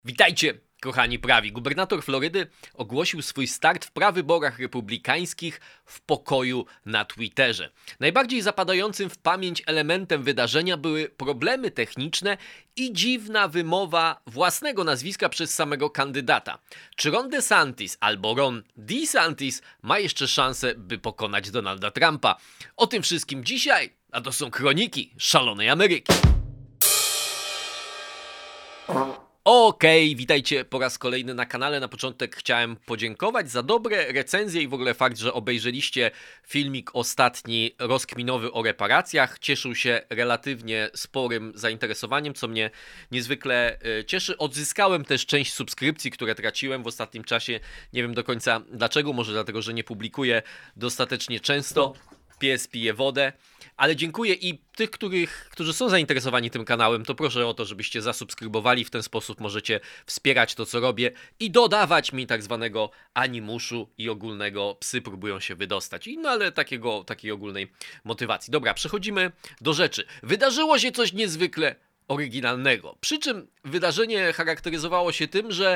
Witajcie, kochani prawi. Gubernator Florydy ogłosił swój start w prawyborach republikańskich w pokoju na Twitterze. Najbardziej zapadającym w pamięć elementem wydarzenia były problemy techniczne i dziwna wymowa własnego nazwiska przez samego kandydata. Czy Ron DeSantis albo Ron DeSantis ma jeszcze szansę, by pokonać Donalda Trumpa? O tym wszystkim dzisiaj, a to są kroniki szalonej Ameryki. Okej, witajcie po raz kolejny na kanale. Na początek chciałem podziękować za dobre recenzje i w ogóle fakt, że obejrzeliście filmik ostatni rozkminowy o reparacjach. Cieszył się relatywnie sporym zainteresowaniem, co mnie niezwykle cieszy. Odzyskałem też część subskrypcji, które traciłem w ostatnim czasie. Nie wiem do końca dlaczego, może dlatego, że nie publikuję dostatecznie często. Pies pije wodę, ale dziękuję i tych, którzy są zainteresowani tym kanałem, to proszę o to, żebyście zasubskrybowali, w ten sposób możecie wspierać to, co robię i dodawać mi tak zwanego animuszu i ogólnego psy próbują się wydostać. No ale takiej ogólnej motywacji. Dobra, przechodzimy do rzeczy. Wydarzyło się coś niezwykle oryginalnego, przy czym wydarzenie charakteryzowało się tym, że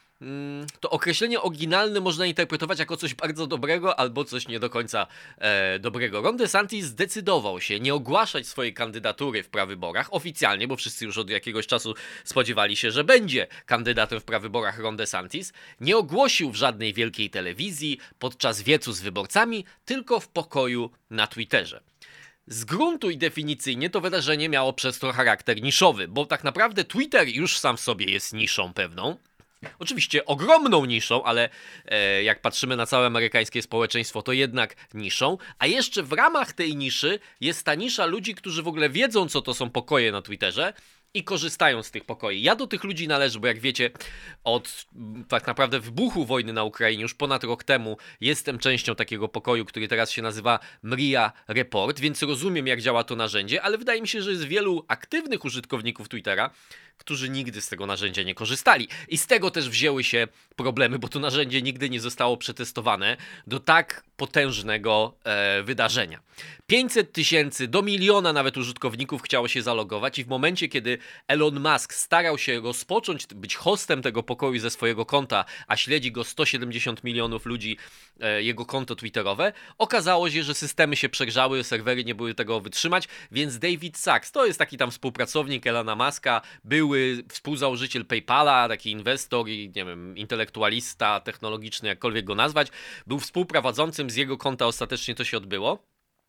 to określenie oryginalne można interpretować jako coś bardzo dobrego albo coś nie do końca dobrego. Ron DeSantis zdecydował się nie ogłaszać swojej kandydatury w prawyborach oficjalnie, bo wszyscy już od jakiegoś czasu spodziewali się, że będzie kandydatem w prawyborach Ron DeSantis. Nie ogłosił w żadnej wielkiej telewizji podczas wiecu z wyborcami, tylko w pokoju na Twitterze. Z gruntu i definicyjnie to wydarzenie miało przez to charakter niszowy, bo tak naprawdę Twitter już sam w sobie jest niszą pewną. Oczywiście ogromną niszą, ale jak patrzymy na całe amerykańskie społeczeństwo, to jednak niszą. A jeszcze w ramach tej niszy jest ta nisza ludzi, którzy w ogóle wiedzą, co to są pokoje na Twitterze i korzystają z tych pokoi. Ja do tych ludzi należę, bo jak wiecie, od tak naprawdę wybuchu wojny na Ukrainie już ponad rok temu jestem częścią takiego pokoju, który teraz się nazywa MRIA Report, więc rozumiem, jak działa to narzędzie, ale wydaje mi się, że jest wielu aktywnych użytkowników Twittera, którzy nigdy z tego narzędzia nie korzystali. I z tego też wzięły się problemy, bo to narzędzie nigdy nie zostało przetestowane do tak potężnego wydarzenia. 500 000 do 1 000 000 nawet użytkowników chciało się zalogować i w momencie, kiedy Elon Musk starał się rozpocząć być hostem tego pokoju ze swojego konta, a śledzi go 170 milionów ludzi, jego konto twitterowe, okazało się, że systemy się przegrzały, serwery nie były tego wytrzymać, więc David Sacks, to jest taki tam współpracownik Elona Muska, były współzałożyciel PayPala, taki inwestor i nie wiem, intelektualista technologiczny, jakkolwiek go nazwać, był współprowadzącym, z jego konta ostatecznie to się odbyło.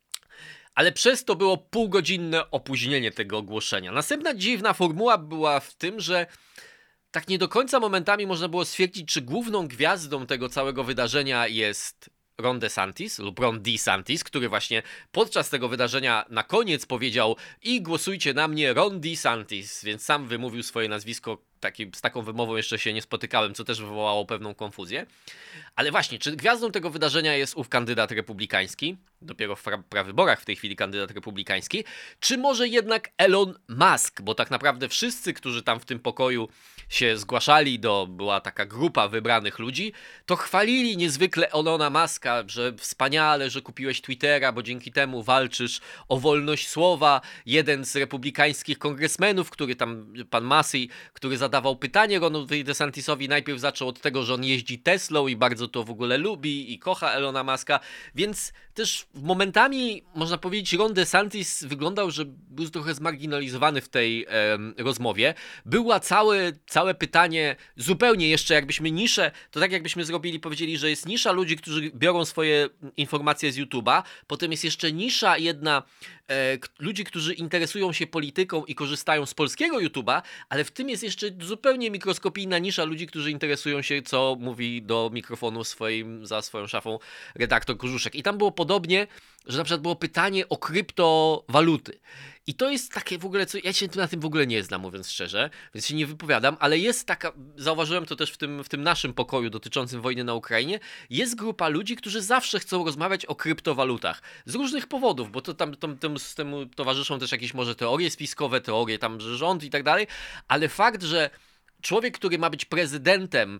Ale przez to było półgodzinne opóźnienie tego ogłoszenia. Następna dziwna formuła była w tym, że tak nie do końca momentami można było stwierdzić, czy główną gwiazdą tego całego wydarzenia jest Ron DeSantis lub Ron DeSantis, który właśnie podczas tego wydarzenia na koniec powiedział i głosujcie na mnie Ron DeSantis, więc sam wymówił swoje nazwisko, z taką wymową jeszcze się nie spotykałem, co też wywołało pewną konfuzję. Ale właśnie, czy gwiazdą tego wydarzenia jest ów kandydat republikański, dopiero w prawyborach w tej chwili kandydat republikański, czy może jednak Elon Musk, bo tak naprawdę wszyscy, którzy tam w tym pokoju się zgłaszali, była taka grupa wybranych ludzi, to chwalili niezwykle Elona Muska, że wspaniale, że kupiłeś Twittera, bo dzięki temu walczysz o wolność słowa. Jeden z republikańskich kongresmenów, pan Massey, który zadawał pytanie Ronowi DeSantisowi, najpierw zaczął od tego, że on jeździ Teslą i bardzo to w ogóle lubi i kocha Elona Muska, więc też momentami, można powiedzieć, Ron DeSantis wyglądał, że był trochę zmarginalizowany w tej rozmowie. Było całe pytanie, zupełnie jeszcze jakbyśmy niszę, to tak jakbyśmy powiedzieli, że jest nisza ludzi, którzy biorą swoje informacje z YouTube'a, potem jest jeszcze nisza jedna ludzi, którzy interesują się polityką i korzystają z polskiego YouTube'a, ale w tym jest jeszcze zupełnie mikroskopijna nisza ludzi, którzy interesują się, co mówi do mikrofonu za swoją szafą redaktor Kożuszek. I tam było podobnie, że na przykład było pytanie o kryptowaluty. I to jest takie w ogóle, ja się na tym w ogóle nie znam, mówiąc szczerze, więc się nie wypowiadam, ale jest taka, zauważyłem to też w tym naszym pokoju dotyczącym wojny na Ukrainie, jest grupa ludzi, którzy zawsze chcą rozmawiać o kryptowalutach. Z różnych powodów, bo to temu towarzyszą też jakieś może teorie spiskowe, teorie tam, że rząd i tak dalej, ale fakt, że człowiek, który ma być prezydentem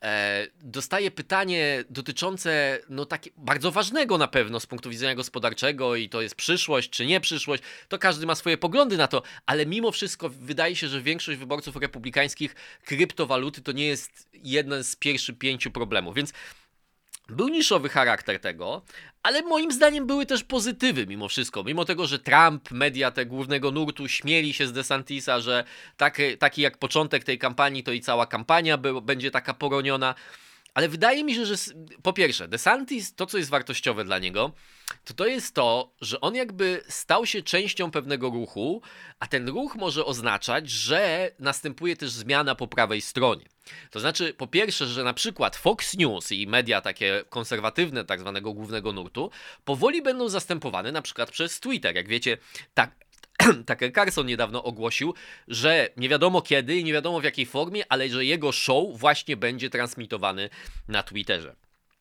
dostaje pytanie dotyczące takie bardzo ważnego na pewno z punktu widzenia gospodarczego i to jest przyszłość czy nie przyszłość, to każdy ma swoje poglądy na to, ale mimo wszystko wydaje się, że większość wyborców republikańskich kryptowaluty to nie jest jeden z pierwszych 5 problemów, więc był niszowy charakter tego, ale moim zdaniem były też pozytywy mimo wszystko. Mimo tego, że Trump, media te głównego nurtu śmieli się z DeSantisa, że taki jak początek tej kampanii, to i cała kampania będzie taka poroniona. Ale wydaje mi się, że po pierwsze, DeSantis, to co jest wartościowe dla niego, to jest to, że on jakby stał się częścią pewnego ruchu, a ten ruch może oznaczać, że następuje też zmiana po prawej stronie. To znaczy, po pierwsze, że na przykład Fox News i media takie konserwatywne, tak zwanego głównego nurtu, powoli będą zastępowane na przykład przez Twitter. Jak wiecie, Tucker Carlson niedawno ogłosił, że nie wiadomo kiedy i nie wiadomo w jakiej formie, ale że jego show właśnie będzie transmitowany na Twitterze.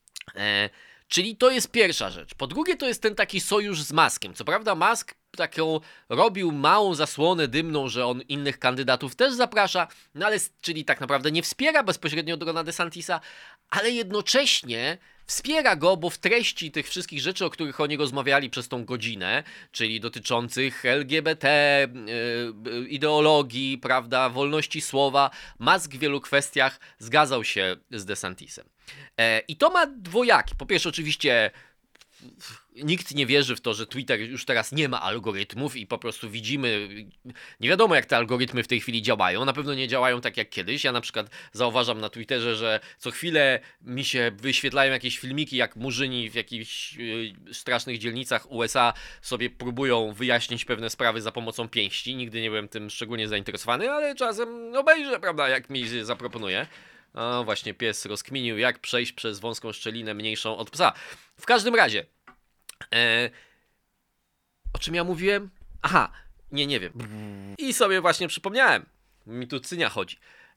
Czyli to jest pierwsza rzecz. Po drugie, to jest ten taki sojusz z Muskiem. Co prawda Musk taką robił małą zasłonę dymną, że on innych kandydatów też zaprasza, no ale czyli tak naprawdę nie wspiera bezpośrednio Rona DeSantisa, ale jednocześnie wspiera go, bo w treści tych wszystkich rzeczy, o których oni rozmawiali przez tą godzinę, czyli dotyczących LGBT, ideologii, prawda, wolności słowa, Musk w wielu kwestiach zgadzał się z DeSantisem. I to ma dwojaki. Po pierwsze, oczywiście nikt nie wierzy w to, że Twitter już teraz nie ma algorytmów i po prostu widzimy, nie wiadomo jak te algorytmy w tej chwili działają, na pewno nie działają tak jak kiedyś. Ja na przykład zauważam na Twitterze, że co chwilę mi się wyświetlają jakieś filmiki, jak murzyni w jakichś strasznych dzielnicach USA sobie próbują wyjaśnić pewne sprawy za pomocą pięści. Nigdy nie byłem tym szczególnie zainteresowany, ale czasem obejrzę, prawda, jak mi się zaproponuje. O, właśnie pies rozkminił, jak przejść przez wąską szczelinę mniejszą od psa. W każdym razie, o czym ja mówiłem? Aha, nie wiem. I sobie właśnie przypomniałem. Mi tu cynia chodzi.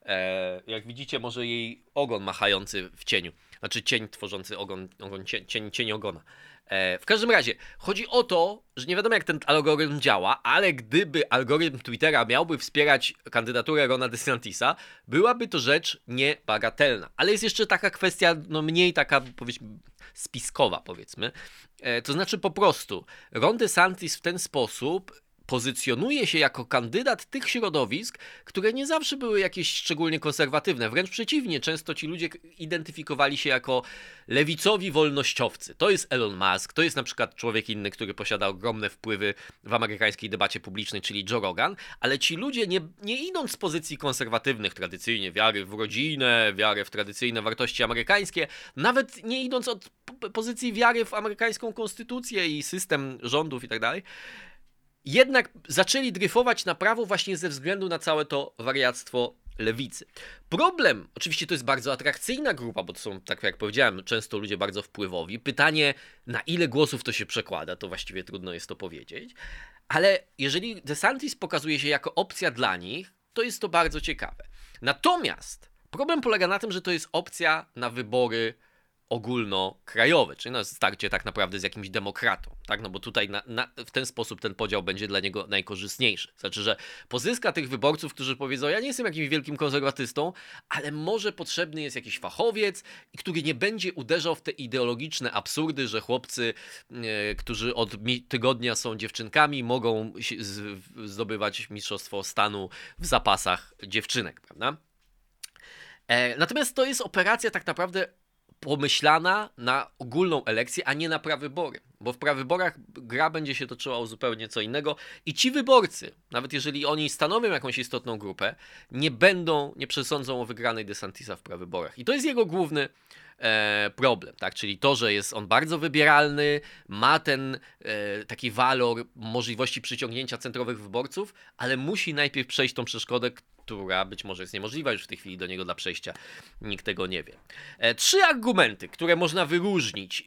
Jak widzicie, może jej ogon machający w cieniu. Znaczy cień tworzący cień ogona. W każdym razie, chodzi o to, że nie wiadomo jak ten algorytm działa, ale gdyby algorytm Twittera miałby wspierać kandydaturę Rona DeSantisa, byłaby to rzecz niebagatelna. Ale jest jeszcze taka kwestia, mniej taka, powiedzmy, spiskowa, powiedzmy. To znaczy po prostu, Ron DeSantis w ten sposób pozycjonuje się jako kandydat tych środowisk, które nie zawsze były jakieś szczególnie konserwatywne. Wręcz przeciwnie, często ci ludzie identyfikowali się jako lewicowi wolnościowcy. To jest Elon Musk, to jest na przykład człowiek inny, który posiada ogromne wpływy w amerykańskiej debacie publicznej, czyli Joe Rogan, ale ci ludzie nie idąc z pozycji konserwatywnych, tradycyjnie wiary w rodzinę, wiary w tradycyjne wartości amerykańskie, nawet nie idąc od pozycji wiary w amerykańską konstytucję i system rządów i tak dalej, jednak zaczęli dryfować na prawo właśnie ze względu na całe to wariactwo lewicy. Problem, oczywiście to jest bardzo atrakcyjna grupa, bo to są, tak jak powiedziałem, często ludzie bardzo wpływowi. Pytanie, na ile głosów to się przekłada, to właściwie trudno jest to powiedzieć. Ale jeżeli DeSantis pokazuje się jako opcja dla nich, to jest to bardzo ciekawe. Natomiast problem polega na tym, że to jest opcja na wybory ogólnokrajowe, czyli starcie tak naprawdę z jakimś demokratą, tak? No bo tutaj w ten sposób ten podział będzie dla niego najkorzystniejszy. Znaczy, że pozyska tych wyborców, którzy powiedzą, ja nie jestem jakimś wielkim konserwatystą, ale może potrzebny jest jakiś fachowiec, który nie będzie uderzał w te ideologiczne absurdy, że chłopcy, którzy od tygodnia są dziewczynkami, mogą zdobywać mistrzostwo stanu w zapasach dziewczynek, prawda? Natomiast to jest operacja tak naprawdę pomyślana na ogólną elekcję, a nie na prawybory. Bo w prawyborach gra będzie się toczyła o zupełnie co innego i ci wyborcy, nawet jeżeli oni stanowią jakąś istotną grupę, nie przesądzą o wygranej DeSantisa w prawyborach. I to jest jego główny problem, tak? Czyli to, że jest on bardzo wybieralny, ma ten taki walor możliwości przyciągnięcia centrowych wyborców, ale musi najpierw przejść tą przeszkodę, która być może jest niemożliwa już w tej chwili do niego dla przejścia. Nikt tego nie wie. 3 argumenty, które można wyróżnić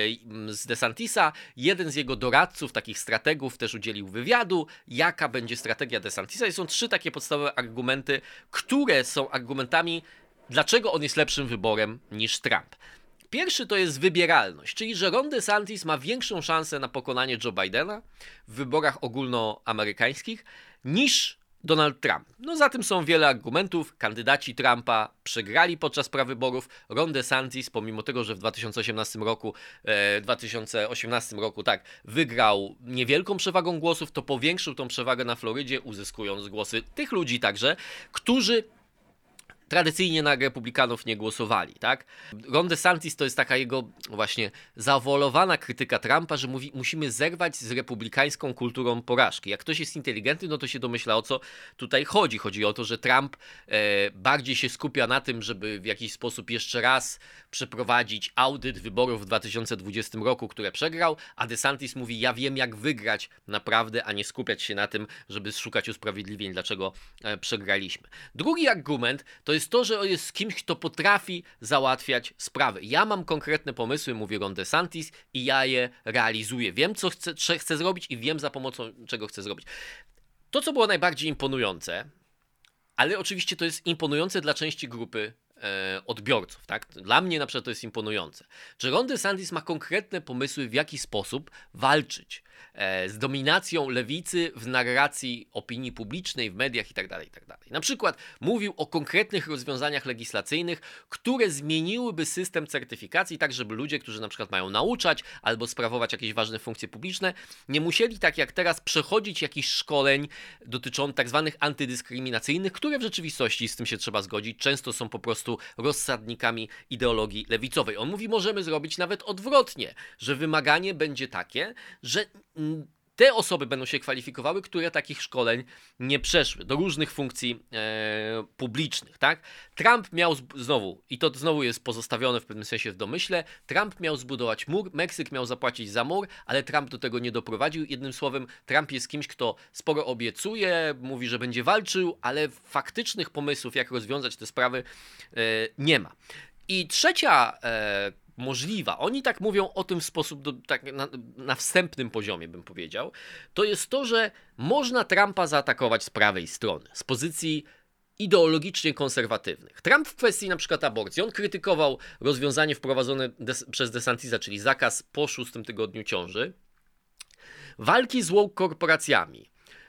z DeSantisa. Jeden z jego doradców, takich strategów też udzielił wywiadu, jaka będzie strategia DeSantisa. I są 3 takie podstawowe argumenty, które są argumentami, dlaczego on jest lepszym wyborem niż Trump. Pierwszy to jest wybieralność, czyli że Ron DeSantis ma większą szansę na pokonanie Joe Bidena w wyborach ogólnoamerykańskich niż Donald Trump. No za tym są wiele argumentów. Kandydaci Trumpa przegrali podczas prawyborów. Ron DeSantis, pomimo tego, że w 2018 roku tak, wygrał niewielką przewagą głosów, to powiększył tą przewagę na Florydzie, uzyskując głosy tych ludzi także, którzy tradycyjnie na republikanów nie głosowali, tak? Ron DeSantis to jest taka jego właśnie zawolowana krytyka Trumpa, że mówi, musimy zerwać z republikańską kulturą porażki. Jak ktoś jest inteligentny, no to się domyśla, o co tutaj chodzi. Chodzi o to, że Trump bardziej się skupia na tym, żeby w jakiś sposób jeszcze raz przeprowadzić audyt wyborów w 2020 roku, które przegrał, a DeSantis mówi, ja wiem jak wygrać naprawdę, a nie skupiać się na tym, żeby szukać usprawiedliwień, dlaczego przegraliśmy. Drugi argument to jest to, że on jest kimś, kto potrafi załatwiać sprawy. Ja mam konkretne pomysły, mówi Ron DeSantis, i ja je realizuję. Wiem, co chcę zrobić i wiem, za pomocą czego chcę zrobić. To, co było najbardziej imponujące, ale oczywiście to jest imponujące dla części grupy odbiorców, tak? Dla mnie na przykład to jest imponujące, że Ron DeSantis ma konkretne pomysły, w jaki sposób walczyć z dominacją lewicy w narracji opinii publicznej, w mediach itd. Na przykład mówił o konkretnych rozwiązaniach legislacyjnych, które zmieniłyby system certyfikacji, tak żeby ludzie, którzy na przykład mają nauczać albo sprawować jakieś ważne funkcje publiczne, nie musieli tak jak teraz przechodzić jakichś szkoleń dotyczących tak zwanych antydyskryminacyjnych, które w rzeczywistości, z tym się trzeba zgodzić, często są po prostu rozsadnikami ideologii lewicowej. On mówi, możemy zrobić nawet odwrotnie, że wymaganie będzie takie, że te osoby będą się kwalifikowały, które takich szkoleń nie przeszły do różnych funkcji publicznych, tak? Trump miał znowu, i to znowu jest pozostawione w pewnym sensie w domyśle, Trump miał zbudować mur, Meksyk miał zapłacić za mur, ale Trump do tego nie doprowadził. Jednym słowem, Trump jest kimś, kto sporo obiecuje, mówi, że będzie walczył, ale faktycznych pomysłów, jak rozwiązać te sprawy, nie ma. I trzecia możliwa, oni tak mówią o tym w sposób tak na wstępnym poziomie, bym powiedział, to jest to, że można Trumpa zaatakować z prawej strony, z pozycji ideologicznie konserwatywnych. Trump w kwestii na przykład aborcji, on krytykował rozwiązanie wprowadzone przez DeSantisa, czyli zakaz po 6 tygodniu ciąży, walki z woke korporacjami.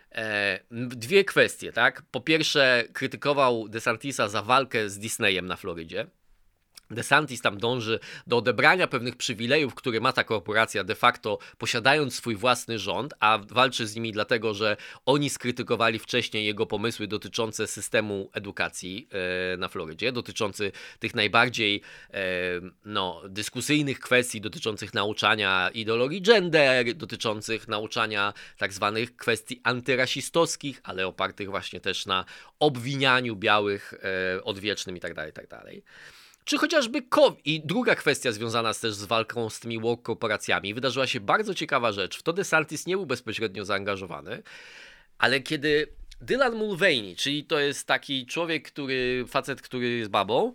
Dwie kwestie, tak? Po pierwsze, krytykował DeSantisa za walkę z Disneyem na Florydzie. DeSantis tam dąży do odebrania pewnych przywilejów, które ma ta korporacja de facto posiadając swój własny rząd, a walczy z nimi dlatego, że oni skrytykowali wcześniej jego pomysły dotyczące systemu edukacji na Florydzie, dotyczący tych najbardziej dyskusyjnych kwestii dotyczących nauczania ideologii gender, dotyczących nauczania tak zwanych kwestii antyrasistowskich, ale opartych właśnie też na obwinianiu białych odwiecznym itd. Czy chociażby COVID. I druga kwestia związana też z walką z tymi woke korporacjami. Wydarzyła się bardzo ciekawa rzecz. W to DeSantis nie był bezpośrednio zaangażowany, ale kiedy Dylan Mulvaney, czyli to jest taki człowiek, facet, który jest babą,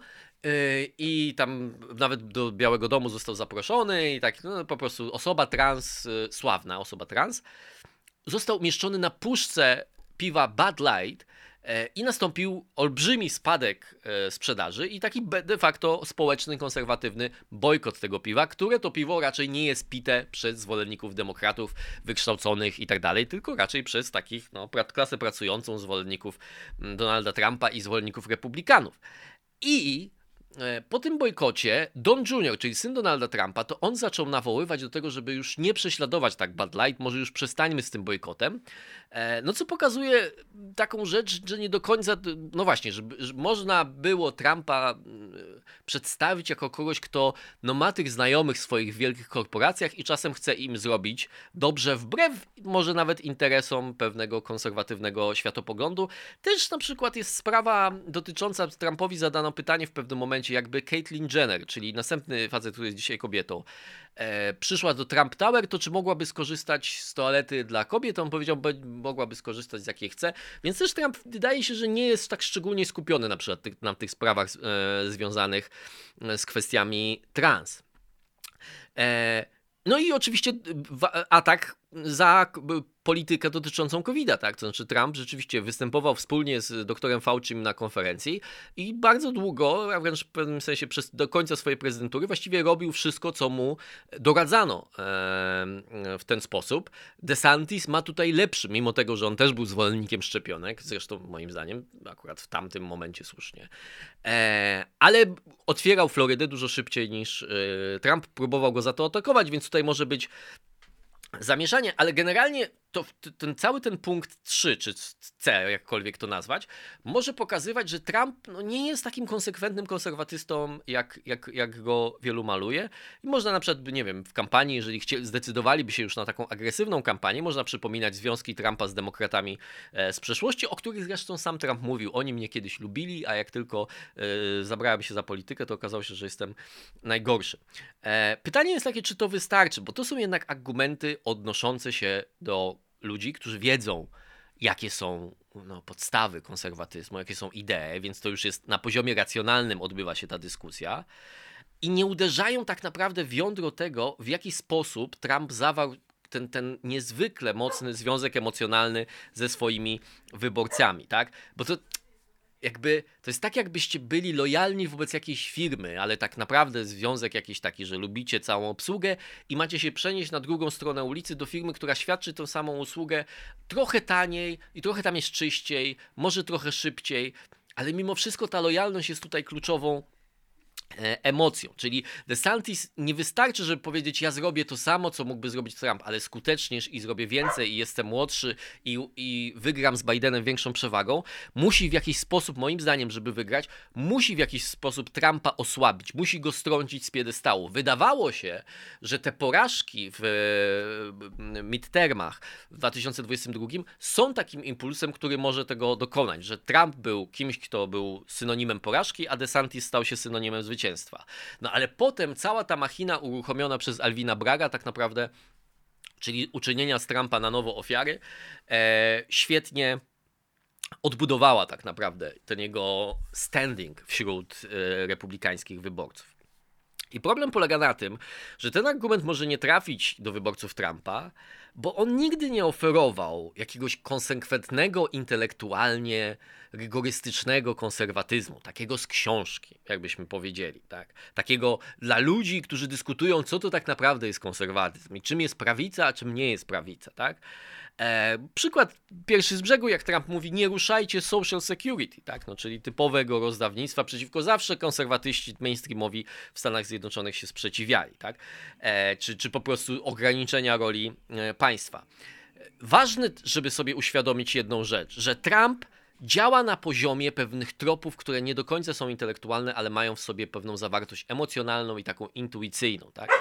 i tam nawet do Białego Domu został zaproszony i tak, po prostu osoba trans, sławna osoba trans, został umieszczony na puszce piwa Bud Light, i nastąpił olbrzymi spadek sprzedaży i taki de facto społeczny, konserwatywny bojkot tego piwa, które to piwo raczej nie jest pite przez zwolenników demokratów wykształconych i tak dalej, tylko raczej przez takich klasę pracującą, zwolenników Donalda Trumpa i zwolenników republikanów. I po tym bojkocie Don Jr., czyli syn Donalda Trumpa, to on zaczął nawoływać do tego, żeby już nie prześladować tak Bud Light, może już przestańmy z tym bojkotem. No co pokazuje taką rzecz, że nie do końca, no właśnie, że można było Trumpa przedstawić jako kogoś, kto ma tych znajomych w swoich wielkich korporacjach i czasem chce im zrobić dobrze wbrew może nawet interesom pewnego konserwatywnego światopoglądu. Też na przykład jest sprawa dotycząca, Trumpowi zadano pytanie w pewnym momencie, jakby Caitlyn Jenner, czyli następny facet, który jest dzisiaj kobietą, przyszła do Trump Tower, to czy mogłaby skorzystać z toalety dla kobiet? On powiedział, mogłaby skorzystać z jakiej chce. Więc też Trump wydaje się, że nie jest tak szczególnie skupiony na przykład na tych sprawach związanych z kwestiami trans. No i oczywiście atak za politykę dotyczącą COVID-a, tak? To znaczy Trump rzeczywiście występował wspólnie z doktorem Faucim na konferencji i bardzo długo, a wręcz w pewnym sensie do końca swojej prezydentury właściwie robił wszystko, co mu doradzano w ten sposób. DeSantis ma tutaj lepszy, mimo tego, że on też był zwolennikiem szczepionek, zresztą moim zdaniem akurat w tamtym momencie słusznie, ale otwierał Florydę dużo szybciej niż Trump, próbował go za to atakować, więc tutaj może być zamieszanie, ale generalnie to cały ten punkt 3, czy C, jakkolwiek to nazwać, może pokazywać, że Trump nie jest takim konsekwentnym konserwatystą, jak go wielu maluje. I można na przykład, nie wiem, w kampanii, jeżeli zdecydowaliby się już na taką agresywną kampanię, można przypominać związki Trumpa z demokratami z przeszłości, o których zresztą sam Trump mówił. Oni mnie kiedyś lubili, a jak tylko zabrałem się za politykę, to okazało się, że jestem najgorszy. Pytanie jest takie, czy to wystarczy, bo to są jednak argumenty odnoszące się do ludzi, którzy wiedzą, jakie są podstawy konserwatyzmu, jakie są idee, więc to już jest na poziomie racjonalnym odbywa się ta dyskusja i nie uderzają tak naprawdę w jądro tego, w jaki sposób Trump zawarł ten niezwykle mocny związek emocjonalny ze swoimi wyborcami, tak? Bo to jest tak, jakbyście byli lojalni wobec jakiejś firmy, ale tak naprawdę związek jakiś taki, że lubicie całą obsługę i macie się przenieść na drugą stronę ulicy do firmy, która świadczy tę samą usługę trochę taniej i trochę tam jest czyściej, może trochę szybciej, ale mimo wszystko ta lojalność jest tutaj kluczową emocją, czyli DeSantis nie wystarczy, żeby powiedzieć, ja zrobię to samo, co mógłby zrobić Trump, ale skuteczniejsz i zrobię więcej i jestem młodszy i wygram z Bidenem większą przewagą. Musi w jakiś sposób, moim zdaniem, żeby wygrać, musi w jakiś sposób Trumpa osłabić, musi go strącić z piedestału. Wydawało się, że te porażki w midtermach w 2022 są takim impulsem, który może tego dokonać, że Trump był kimś, kto był synonimem porażki, a DeSantis stał się synonimem zwycięstwa. No ale potem cała ta machina uruchomiona przez Alvina Bragga tak naprawdę, czyli uczynienia z Trumpa na nowo ofiary, świetnie odbudowała tak naprawdę ten jego standing wśród republikańskich wyborców. I problem polega na tym, że ten argument może nie trafić do wyborców Trumpa, bo on nigdy nie oferował jakiegoś konsekwentnego, intelektualnie rygorystycznego konserwatyzmu, takiego z książki, jakbyśmy powiedzieli, tak? Takiego dla ludzi, którzy dyskutują, co to tak naprawdę jest konserwatyzm i czym jest prawica, a czym nie jest prawica, tak? Przykład pierwszy z brzegu, jak Trump mówi, nie ruszajcie social security, tak? Czyli typowego rozdawnictwa, przeciwko zawsze konserwatyści mainstreamowi w Stanach Zjednoczonych się sprzeciwiali, tak? Czy po prostu ograniczenia roli państwa. Ważne, żeby sobie uświadomić jedną rzecz, że Trump działa na poziomie pewnych tropów, które nie do końca są intelektualne, ale mają w sobie pewną zawartość emocjonalną i taką intuicyjną, tak?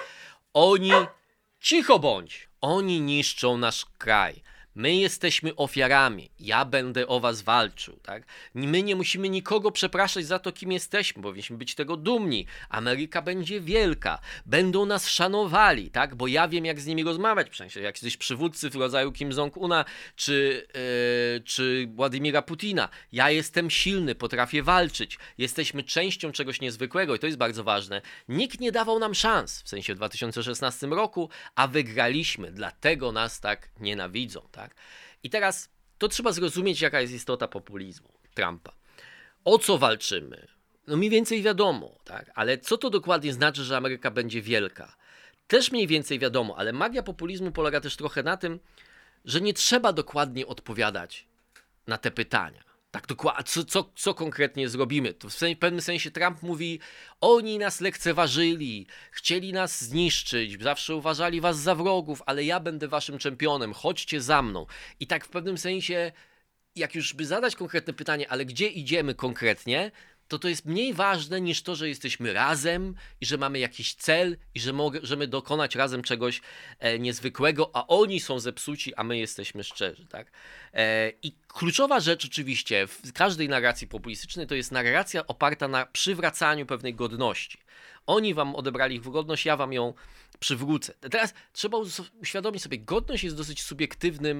Cicho bądź! Oni niszczą nasz kraj. My jesteśmy ofiarami. Ja będę o was walczył, tak? My nie musimy nikogo przepraszać za to, kim jesteśmy. Powinniśmy być tego dumni. Ameryka będzie wielka. Będą nas szanowali, tak? Bo ja wiem, jak z nimi rozmawiać. Przecież jak jesteś przywódcy w rodzaju Kim Jong-una czy Władimira Putina. Ja jestem silny, potrafię walczyć. Jesteśmy częścią czegoś niezwykłego i to jest bardzo ważne. Nikt nie dawał nam szans, w sensie w 2016 roku, a wygraliśmy. Dlatego nas tak nienawidzą, tak? I teraz to trzeba zrozumieć, jaka jest istota populizmu Trumpa. O co walczymy? No mniej więcej wiadomo, tak? Ale co to dokładnie znaczy, że Ameryka będzie wielka? Też mniej więcej wiadomo, ale magia populizmu polega też trochę na tym, że nie trzeba dokładnie odpowiadać na te pytania. Tak dokładnie, co konkretnie zrobimy? To w pewnym sensie Trump mówi, oni nas lekceważyli, chcieli nas zniszczyć, zawsze uważali was za wrogów, ale ja będę waszym czempionem, chodźcie za mną. I tak w pewnym sensie, jak już by zadać konkretne pytanie, ale gdzie idziemy konkretnie, to jest mniej ważne niż to, że jesteśmy razem i że mamy jakiś cel i że możemy dokonać razem czegoś niezwykłego, a oni są zepsuci, a my jesteśmy szczerzy, tak? I kluczowa rzecz oczywiście w każdej narracji populistycznej to jest narracja oparta na przywracaniu pewnej godności. Oni wam odebrali ich godność, ja wam ją przywrócę. Teraz trzeba uświadomić sobie, godność jest dosyć subiektywnym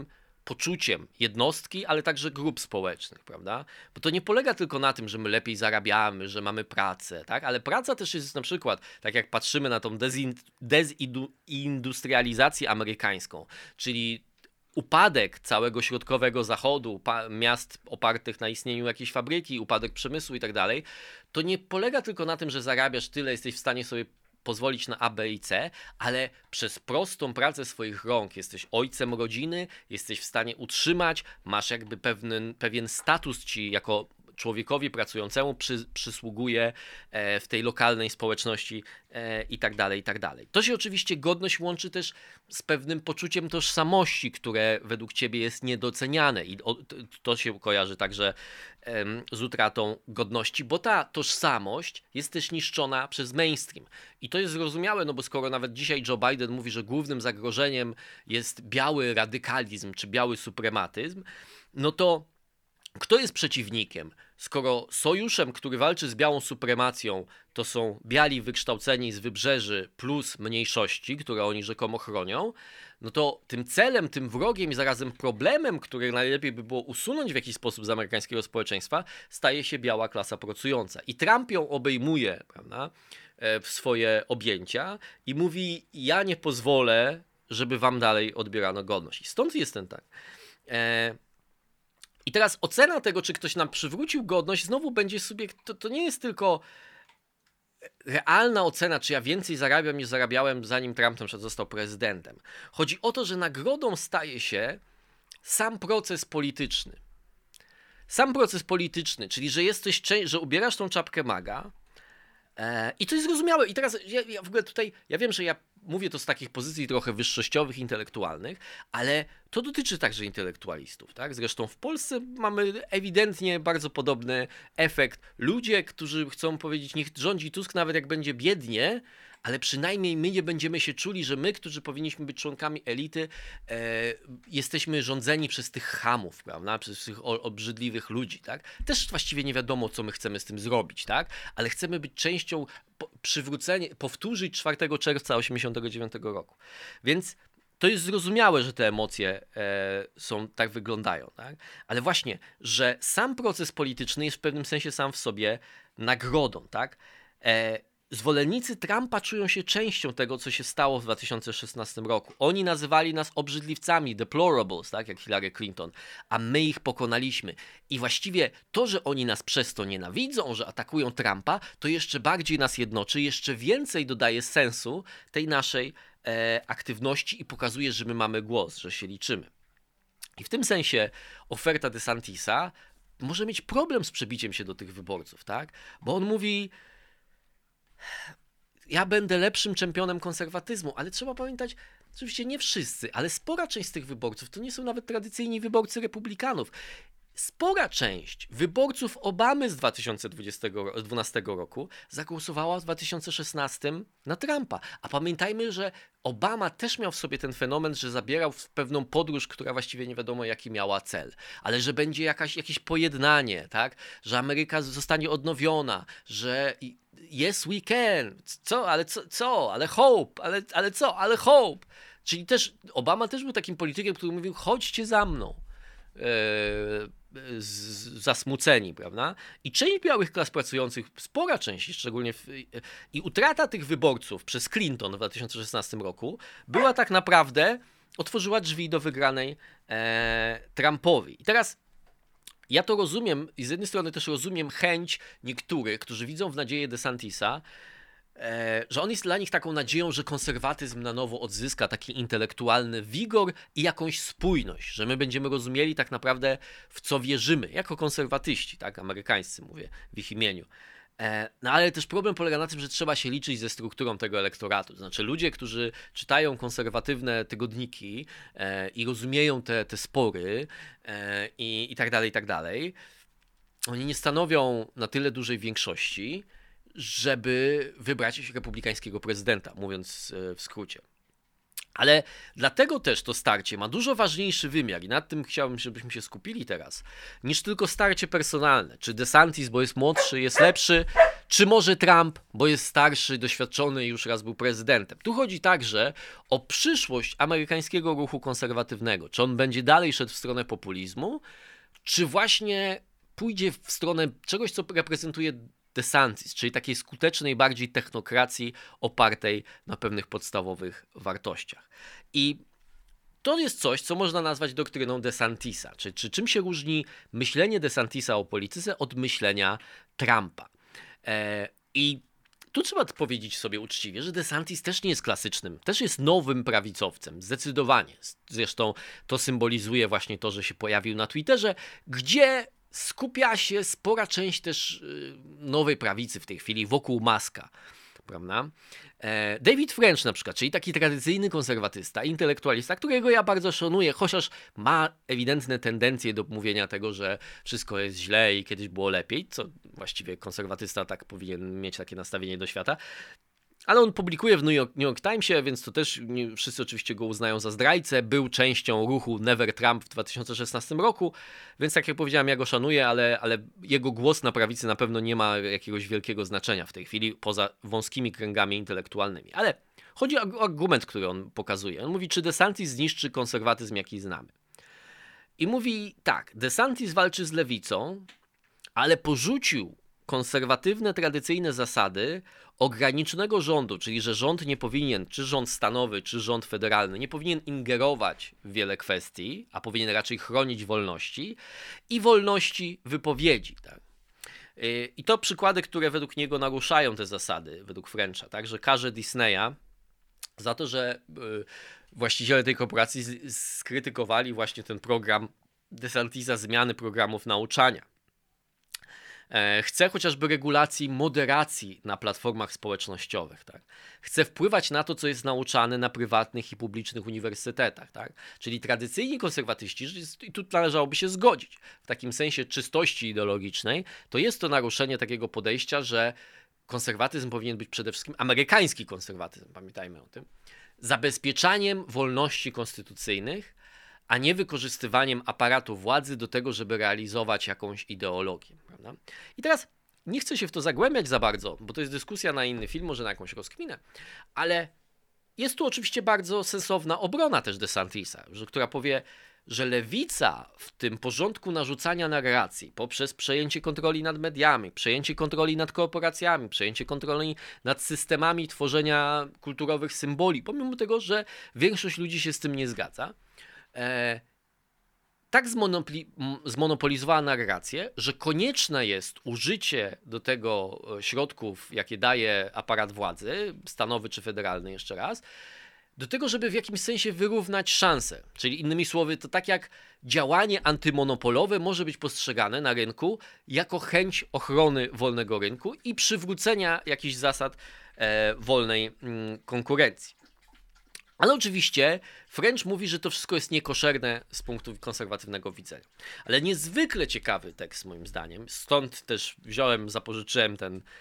poczuciem jednostki, ale także grup społecznych, prawda? Bo to nie polega tylko na tym, że my lepiej zarabiamy, że mamy pracę, tak? Ale praca też jest na przykład, tak jak patrzymy na tą dezindustrializację amerykańską, czyli upadek całego środkowego zachodu, miast opartych na istnieniu jakiejś fabryki, upadek przemysłu i tak dalej, to nie polega tylko na tym, że zarabiasz tyle, jesteś w stanie sobie pozwolić na A, B i C, ale przez prostą pracę swoich rąk jesteś ojcem rodziny, jesteś w stanie utrzymać, masz jakby pewien status ci jako człowiekowi pracującemu przysługuje w tej lokalnej społeczności i tak dalej, i tak dalej. To się oczywiście godność łączy też z pewnym poczuciem tożsamości, które według ciebie jest niedoceniane i to się kojarzy także z utratą godności, bo ta tożsamość jest też niszczona przez mainstream. I to jest zrozumiałe, no bo skoro nawet dzisiaj Joe Biden mówi, że głównym zagrożeniem jest biały radykalizm czy biały suprematyzm, no to kto jest przeciwnikiem? Skoro sojuszem, który walczy z białą supremacją, to są biali wykształceni z wybrzeży plus mniejszości, które oni rzekomo chronią, no to tym celem, tym wrogiem i zarazem problemem, który najlepiej by było usunąć w jakiś sposób z amerykańskiego społeczeństwa, staje się biała klasa pracująca. I Trump ją obejmuje, prawda, w swoje objęcia i mówi: ja nie pozwolę, żeby wam dalej odbierano godność. I stąd jest ten tak. I teraz ocena tego, czy ktoś nam przywrócił godność, znowu będzie to nie jest tylko realna ocena, czy ja więcej zarabiam niż zarabiałem, zanim Trump na przykład został prezydentem. Chodzi o to, że nagrodą staje się sam proces polityczny. Sam proces polityczny, czyli że jesteś, że ubierasz tą czapkę maga i to jest zrozumiałe. I teraz ja w ogóle tutaj, ja wiem, że ja mówię to z takich pozycji trochę wyższościowych, intelektualnych, ale to dotyczy także intelektualistów, tak? Zresztą w Polsce mamy ewidentnie bardzo podobny efekt. Ludzie, którzy chcą powiedzieć, niech rządzi Tusk nawet jak będzie biednie, ale przynajmniej my nie będziemy się czuli, że my, którzy powinniśmy być członkami elity, jesteśmy rządzeni przez tych chamów, prawda? Przez tych obrzydliwych ludzi, tak? Też właściwie nie wiadomo, co my chcemy z tym zrobić, tak? Ale chcemy być częścią powtórzyć 4 czerwca 1989 roku. Więc to jest zrozumiałe, że te emocje tak wyglądają, tak? Ale właśnie, że sam proces polityczny jest w pewnym sensie sam w sobie nagrodą, tak? Zwolennicy Trumpa czują się częścią tego, co się stało w 2016 roku. Oni nazywali nas obrzydliwcami, deplorables, tak, jak Hillary Clinton, a my ich pokonaliśmy. I właściwie to, że oni nas przez to nienawidzą, że atakują Trumpa, to jeszcze bardziej nas jednoczy, jeszcze więcej dodaje sensu tej naszej aktywności i pokazuje, że my mamy głos, że się liczymy. I w tym sensie oferta DeSantisa może mieć problem z przebiciem się do tych wyborców, tak? Bo on mówi: ja będę lepszym czempionem konserwatyzmu, ale trzeba pamiętać, oczywiście nie wszyscy, ale spora część z tych wyborców to nie są nawet tradycyjni wyborcy republikanów. Spora część wyborców Obamy z 2012 roku zagłosowała w 2016 na Trumpa. A pamiętajmy, że Obama też miał w sobie ten fenomen, że zabierał w pewną podróż, która właściwie nie wiadomo jaki miała cel, ale że będzie jakieś pojednanie, tak? Że Ameryka zostanie odnowiona, że yes we can, ale hope, ale co, ale hope. Czyli też Obama też był takim politykiem, który mówił: chodźcie za mną. Zasmuceni, prawda? I część białych klas pracujących, spora część, szczególnie i utrata tych wyborców przez Clinton w 2016 roku była tak naprawdę, otworzyła drzwi do wygranej Trumpowi. I teraz ja to rozumiem i z jednej strony też rozumiem chęć niektórych, którzy widzą w nadziei DeSantisa, że on jest dla nich taką nadzieją, że konserwatyzm na nowo odzyska taki intelektualny wigor i jakąś spójność, że my będziemy rozumieli tak naprawdę, w co wierzymy, jako konserwatyści, tak, amerykańscy mówię w ich imieniu. No ale też problem polega na tym, że trzeba się liczyć ze strukturą tego elektoratu. To znaczy ludzie, którzy czytają konserwatywne tygodniki i rozumieją te spory i tak dalej, oni nie stanowią na tyle dużej większości, żeby wybrać republikańskiego prezydenta, mówiąc w skrócie. Ale dlatego też to starcie ma dużo ważniejszy wymiar i nad tym chciałbym, żebyśmy się skupili teraz, niż tylko starcie personalne. Czy DeSantis, bo jest młodszy, jest lepszy, czy może Trump, bo jest starszy, doświadczony i już raz był prezydentem. Tu chodzi także o przyszłość amerykańskiego ruchu konserwatywnego. Czy on będzie dalej szedł w stronę populizmu, czy właśnie pójdzie w stronę czegoś, co reprezentuje DeSantis, czyli takiej skutecznej bardziej technokracji opartej na pewnych podstawowych wartościach. I to jest coś, co można nazwać doktryną DeSantisa. Czy czym się różni myślenie DeSantisa o polityce od myślenia Trumpa? I tu trzeba powiedzieć sobie uczciwie, że DeSantis też nie jest klasycznym, też jest nowym prawicowcem, zdecydowanie. Zresztą to symbolizuje właśnie to, że się pojawił na Twitterze, gdzie skupia się spora część też nowej prawicy w tej chwili wokół Muska, prawda? David French na przykład, czyli taki tradycyjny konserwatysta, intelektualista, którego ja bardzo szanuję, chociaż ma ewidentne tendencje do mówienia tego, że wszystko jest źle i kiedyś było lepiej, co właściwie konserwatysta tak powinien mieć takie nastawienie do świata. Ale on publikuje w New York Timesie, więc to też wszyscy oczywiście go uznają za zdrajcę. Był częścią ruchu Never Trump w 2016 roku, więc tak jak powiedziałem, ja go szanuję, ale jego głos na prawicy na pewno nie ma jakiegoś wielkiego znaczenia w tej chwili, poza wąskimi kręgami intelektualnymi. Ale chodzi o argument, który on pokazuje. On mówi, czy DeSantis zniszczy konserwatyzm, jaki znamy. I mówi tak, DeSantis walczy z lewicą, ale porzucił konserwatywne, tradycyjne zasady ograniczonego rządu, czyli że rząd nie powinien, czy rząd stanowy, czy rząd federalny, nie powinien ingerować w wiele kwestii, a powinien raczej chronić wolności i wolności wypowiedzi. Tak? I to przykłady, które według niego naruszają te zasady, według Frencha, tak? Że karze Disneya za to, że właściciele tej korporacji skrytykowali właśnie ten program DeSantisa zmiany programów nauczania. Chce chociażby regulacji moderacji na platformach społecznościowych. Tak? Chce wpływać na to, co jest nauczane na prywatnych i publicznych uniwersytetach. Tak? Czyli tradycyjni konserwatyści, i tu należałoby się zgodzić, w takim sensie czystości ideologicznej, to jest to naruszenie takiego podejścia, że konserwatyzm powinien być przede wszystkim, amerykański konserwatyzm, pamiętajmy o tym, zabezpieczaniem wolności konstytucyjnych, a nie wykorzystywaniem aparatu władzy do tego, żeby realizować jakąś ideologię. Prawda? I teraz nie chcę się w to zagłębiać za bardzo, bo to jest dyskusja na inny film, może na jakąś rozkminę, ale jest tu oczywiście bardzo sensowna obrona też DeSantisa, która powie, że lewica w tym porządku narzucania narracji poprzez przejęcie kontroli nad mediami, przejęcie kontroli nad korporacjami, przejęcie kontroli nad systemami tworzenia kulturowych symboli, pomimo tego, że większość ludzi się z tym nie zgadza, tak zmonopolizowała narrację, że konieczne jest użycie do tego środków, jakie daje aparat władzy, stanowy czy federalny jeszcze raz, do tego, żeby w jakimś sensie wyrównać szanse. Czyli innymi słowy, to tak jak działanie antymonopolowe może być postrzegane na rynku jako chęć ochrony wolnego rynku i przywrócenia jakichś zasad wolnej konkurencji. Ale oczywiście French mówi, że to wszystko jest niekoszerne z punktu konserwatywnego widzenia. Ale niezwykle ciekawy tekst moim zdaniem, stąd też zapożyczyłem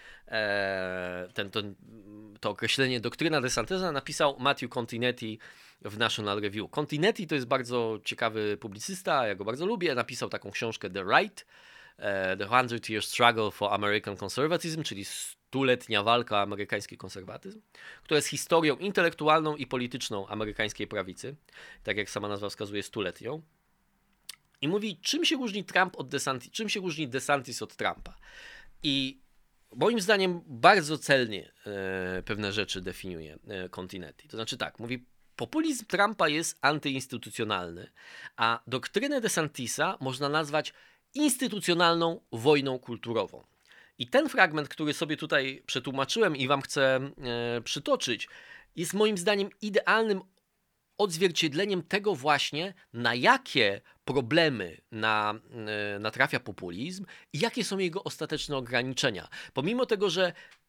to określenie doktryna DeSantisa, napisał Matthew Continetti w National Review. Continetti to jest bardzo ciekawy publicysta, ja go bardzo lubię, napisał taką książkę The Right, The 100-Year Struggle for American Conservatism, czyli stuletnia walka o amerykański konserwatyzm, która jest historią intelektualną i polityczną amerykańskiej prawicy, tak jak sama nazwa wskazuje, stuletnią. I mówi, czym się różni Trump od DeSantis, czym się różni DeSantis od Trumpa. I moim zdaniem bardzo celnie pewne rzeczy definiuje Continetti. To znaczy tak, mówi, populizm Trumpa jest antyinstytucjonalny, a doktrynę DeSantisa można nazwać instytucjonalną wojną kulturową. I ten fragment, który sobie tutaj przetłumaczyłem i wam chcę przytoczyć, jest moim zdaniem idealnym odzwierciedleniem tego właśnie, na jakie problemy natrafia populizm i jakie są jego ostateczne ograniczenia. Pomimo tego, że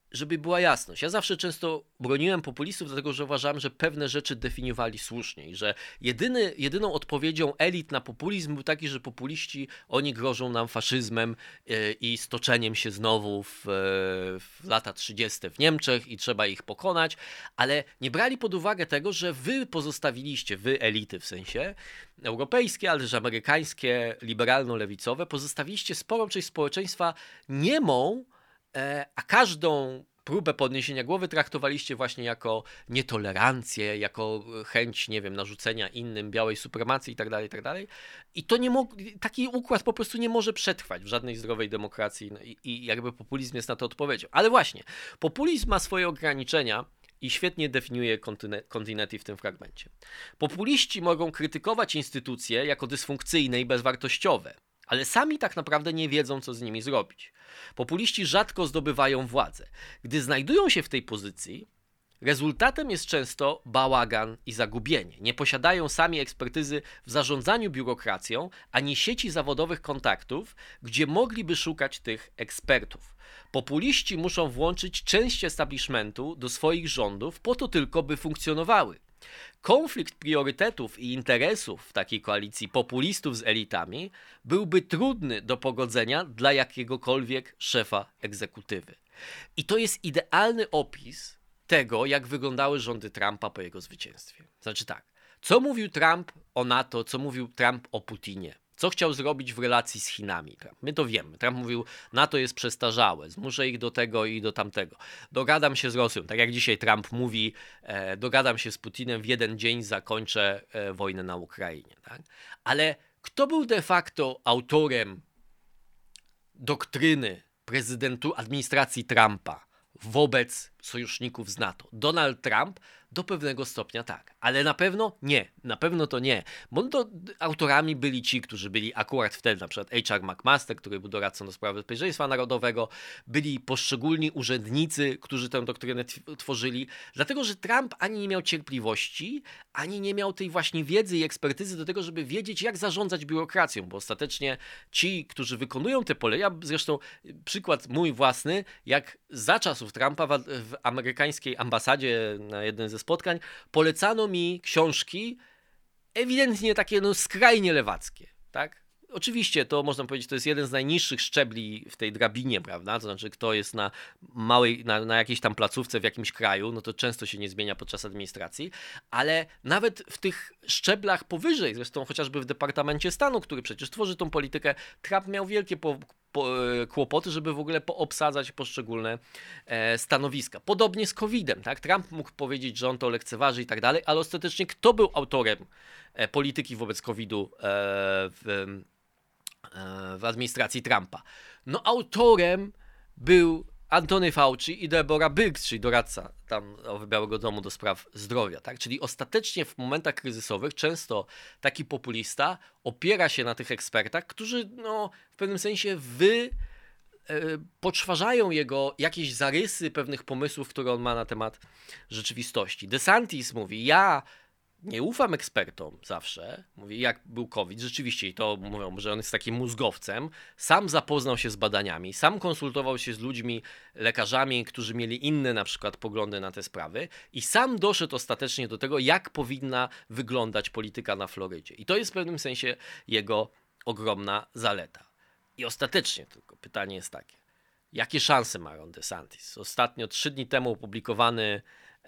żeby była jasność, ja zawsze często broniłem populistów, dlatego że uważałem, że pewne rzeczy definiowali słusznie i że jedyną odpowiedzią elit na populizm był taki, że populiści, oni grożą nam faszyzmem i stoczeniem się znowu w lata 30. w Niemczech i trzeba ich pokonać, ale nie brali pod uwagę tego, że wy pozostawiliście, wy elity w sensie europejskie, ale też amerykańskie, liberalno-lewicowe, pozostawiliście sporą część społeczeństwa niemą, a każdą próbę podniesienia głowy traktowaliście właśnie jako nietolerancję, jako chęć, nie wiem, narzucenia innym białej supremacji itd., itd. I to nie taki układ po prostu nie może przetrwać w żadnej zdrowej demokracji i jakby populizm jest na to odpowiedzią. Ale właśnie, populizm ma swoje ograniczenia i świetnie definiuje Continetti w tym fragmencie. Populiści mogą krytykować instytucje jako dysfunkcyjne i bezwartościowe, ale sami tak naprawdę nie wiedzą, co z nimi zrobić. Populiści rzadko zdobywają władzę. Gdy znajdują się w tej pozycji, rezultatem jest często bałagan i zagubienie. Nie posiadają sami ekspertyzy w zarządzaniu biurokracją, ani sieci zawodowych kontaktów, gdzie mogliby szukać tych ekspertów. Populiści muszą włączyć część establishmentu do swoich rządów po to tylko, by funkcjonowały. Konflikt priorytetów i interesów w takiej koalicji populistów z elitami byłby trudny do pogodzenia dla jakiegokolwiek szefa egzekutywy. I to jest idealny opis tego, jak wyglądały rządy Trumpa po jego zwycięstwie. Znaczy tak, co mówił Trump o NATO, co mówił Trump o Putinie? Co chciał zrobić w relacji z Chinami? My to wiemy. Trump mówił, NATO jest przestarzałe, zmuszę ich do tego i do tamtego. Dogadam się z Rosją. Tak jak dzisiaj Trump mówi, dogadam się z Putinem, w jeden dzień zakończę wojnę na Ukrainie. Tak? Ale kto był de facto autorem doktryny administracji Trumpa wobec sojuszników z NATO? Donald Trump? Do pewnego stopnia tak, ale na pewno nie, na pewno to nie, bo to autorami byli ci, którzy byli akurat wtedy, na przykład H.R. McMaster, który był doradcą do spraw bezpieczeństwa narodowego, byli poszczególni urzędnicy, którzy tę doktrynę tworzyli, dlatego że Trump ani nie miał cierpliwości, ani nie miał tej właśnie wiedzy i ekspertyzy do tego, żeby wiedzieć, jak zarządzać biurokracją, bo ostatecznie ci, którzy wykonują te pole, ja zresztą przykład mój własny, jak za czasów Trumpa w amerykańskiej ambasadzie na jednym ze spotkań polecano mi książki ewidentnie takie skrajnie lewackie, tak? Oczywiście to można powiedzieć, to jest jeden z najniższych szczebli w tej drabinie, prawda? To znaczy, kto jest na małej, na jakiejś tam placówce w jakimś kraju, no to często się nie zmienia podczas administracji, ale nawet w tych szczeblach powyżej, zresztą chociażby w Departamencie Stanu, który przecież tworzy tą politykę, Trump miał wielkie kłopoty, żeby w ogóle poobsadzać poszczególne stanowiska. Podobnie z COVID-em, tak? Trump mógł powiedzieć, że on to lekceważy i tak dalej, ale ostatecznie kto był autorem polityki wobec COVID-u w administracji Trumpa? No autorem był Anthony Fauci i Deborah Birx, czyli doradca tam Białego Domu do spraw zdrowia, tak? Czyli ostatecznie w momentach kryzysowych często taki populista opiera się na tych ekspertach, którzy w pewnym sensie podszwarzają jego jakieś zarysy pewnych pomysłów, które on ma na temat rzeczywistości. DeSantis mówi, ja nie ufam ekspertom zawsze, mówi, jak był COVID, rzeczywiście i to mówią, że on jest takim mózgowcem, sam zapoznał się z badaniami, sam konsultował się z ludźmi, lekarzami, którzy mieli inne na przykład poglądy na te sprawy i sam doszedł ostatecznie do tego, jak powinna wyglądać polityka na Florydzie. I to jest w pewnym sensie jego ogromna zaleta. I ostatecznie tylko pytanie jest takie, jakie szanse ma Ron DeSantis? Ostatnio 3 dni temu opublikowany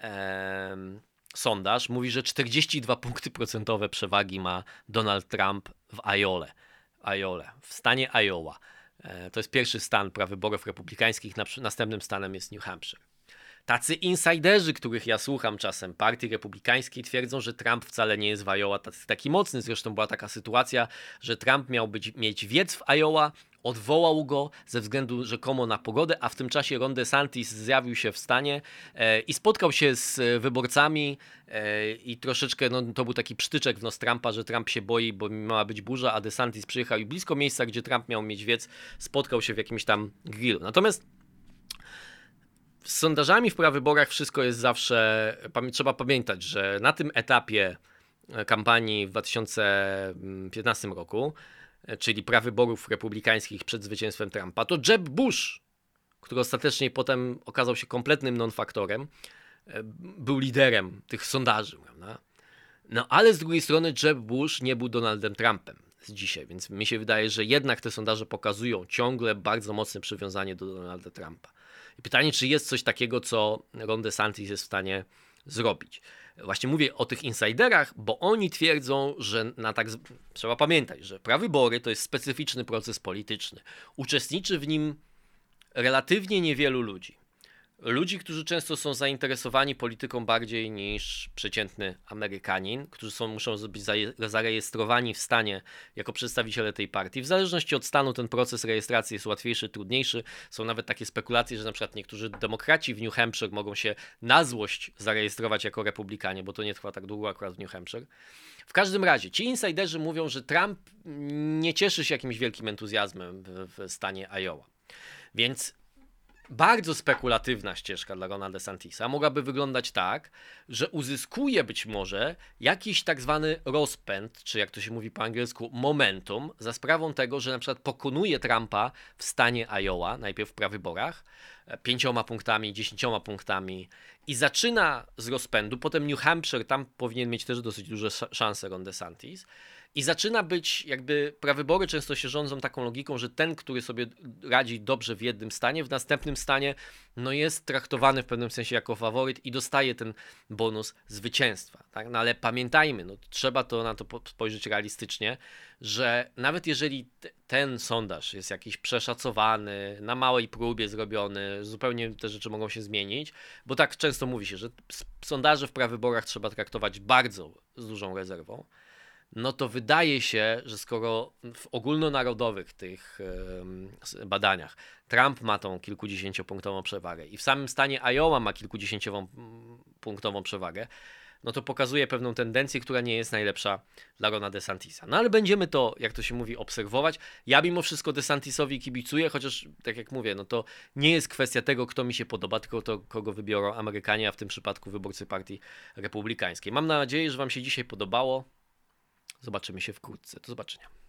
sondaż mówi, że 42 punkty procentowe przewagi ma Donald Trump w Iole, w stanie Iowa. To jest pierwszy stan prawyborów republikańskich, następnym stanem jest New Hampshire. Tacy insiderzy, których ja słucham czasem, partii republikańskiej, twierdzą, że Trump wcale nie jest w Iowa taki mocny. Zresztą była taka sytuacja, że Trump miał mieć wiec w Iowa, odwołał go ze względu rzekomo na pogodę, a w tym czasie Ron DeSantis zjawił się w stanie i spotkał się z wyborcami i troszeczkę, to był taki przytyczek w nos Trumpa, że Trump się boi, bo miała być burza, a DeSantis przyjechał i blisko miejsca, gdzie Trump miał mieć wiec, spotkał się w jakimś tam grillu. Natomiast z sondażami w prawyborach wszystko jest zawsze, trzeba pamiętać, że na tym etapie kampanii w 2015 roku, czyli prawyborów republikańskich przed zwycięstwem Trumpa, to Jeb Bush który ostatecznie potem okazał się kompletnym non-faktorem, był liderem tych sondaży, prawda? No ale z drugiej strony Jeb Bush nie był Donaldem Trumpem z dzisiaj, więc mi się wydaje, że jednak te sondaże pokazują ciągle bardzo mocne przywiązanie do Donalda Trumpa. I pytanie, czy jest coś takiego, co Ron DeSantis jest w stanie zrobić. Właśnie mówię o tych insiderach, bo oni twierdzą, że trzeba pamiętać, że prawybory to jest specyficzny proces polityczny. Uczestniczy w nim relatywnie niewielu ludzi. Ludzi, którzy często są zainteresowani polityką bardziej niż przeciętny Amerykanin, którzy muszą być zarejestrowani w stanie jako przedstawiciele tej partii. W zależności od stanu ten proces rejestracji jest łatwiejszy, trudniejszy. Są nawet takie spekulacje, że na przykład niektórzy demokraci w New Hampshire mogą się na złość zarejestrować jako republikanie, bo to nie trwa tak długo akurat w New Hampshire. W każdym razie, ci insiderzy mówią, że Trump nie cieszy się jakimś wielkim entuzjazmem w stanie Iowa. Więc bardzo spekulatywna ścieżka dla Rona DeSantisa mogłaby wyglądać tak, że uzyskuje być może jakiś tak zwany rozpęd, czy jak to się mówi po angielsku, momentum, za sprawą tego, że na przykład pokonuje Trumpa w stanie Iowa, najpierw w prawyborach, 5 punktami, 10 punktami i zaczyna z rozpędu, potem New Hampshire, tam powinien mieć też dosyć duże szanse Ron DeSantis. I zaczyna być, jakby prawybory często się rządzą taką logiką, że ten, który sobie radzi dobrze w jednym stanie, w następnym stanie no jest traktowany w pewnym sensie jako faworyt i dostaje ten bonus zwycięstwa. Tak? No ale pamiętajmy, no, trzeba na to spojrzeć realistycznie, że nawet jeżeli ten sondaż jest jakiś przeszacowany, na małej próbie zrobiony, zupełnie te rzeczy mogą się zmienić, bo tak często mówi się, że sondaże w prawyborach trzeba traktować bardzo z dużą rezerwą. No to wydaje się, że skoro w ogólnonarodowych tych badaniach Trump ma tą kilkudziesięciopunktową przewagę i w samym stanie Iowa ma kilkudziesięciopunktową przewagę, no to pokazuje pewną tendencję, która nie jest najlepsza dla Rona DeSantisa. No ale będziemy to, jak to się mówi, obserwować. Ja mimo wszystko DeSantisowi kibicuję, chociaż tak jak mówię, no to nie jest kwestia tego, kto mi się podoba, tylko to, kogo wybiorą Amerykanie, a w tym przypadku wyborcy partii republikańskiej. Mam nadzieję, że wam się dzisiaj podobało. Zobaczymy się wkrótce. Do zobaczenia.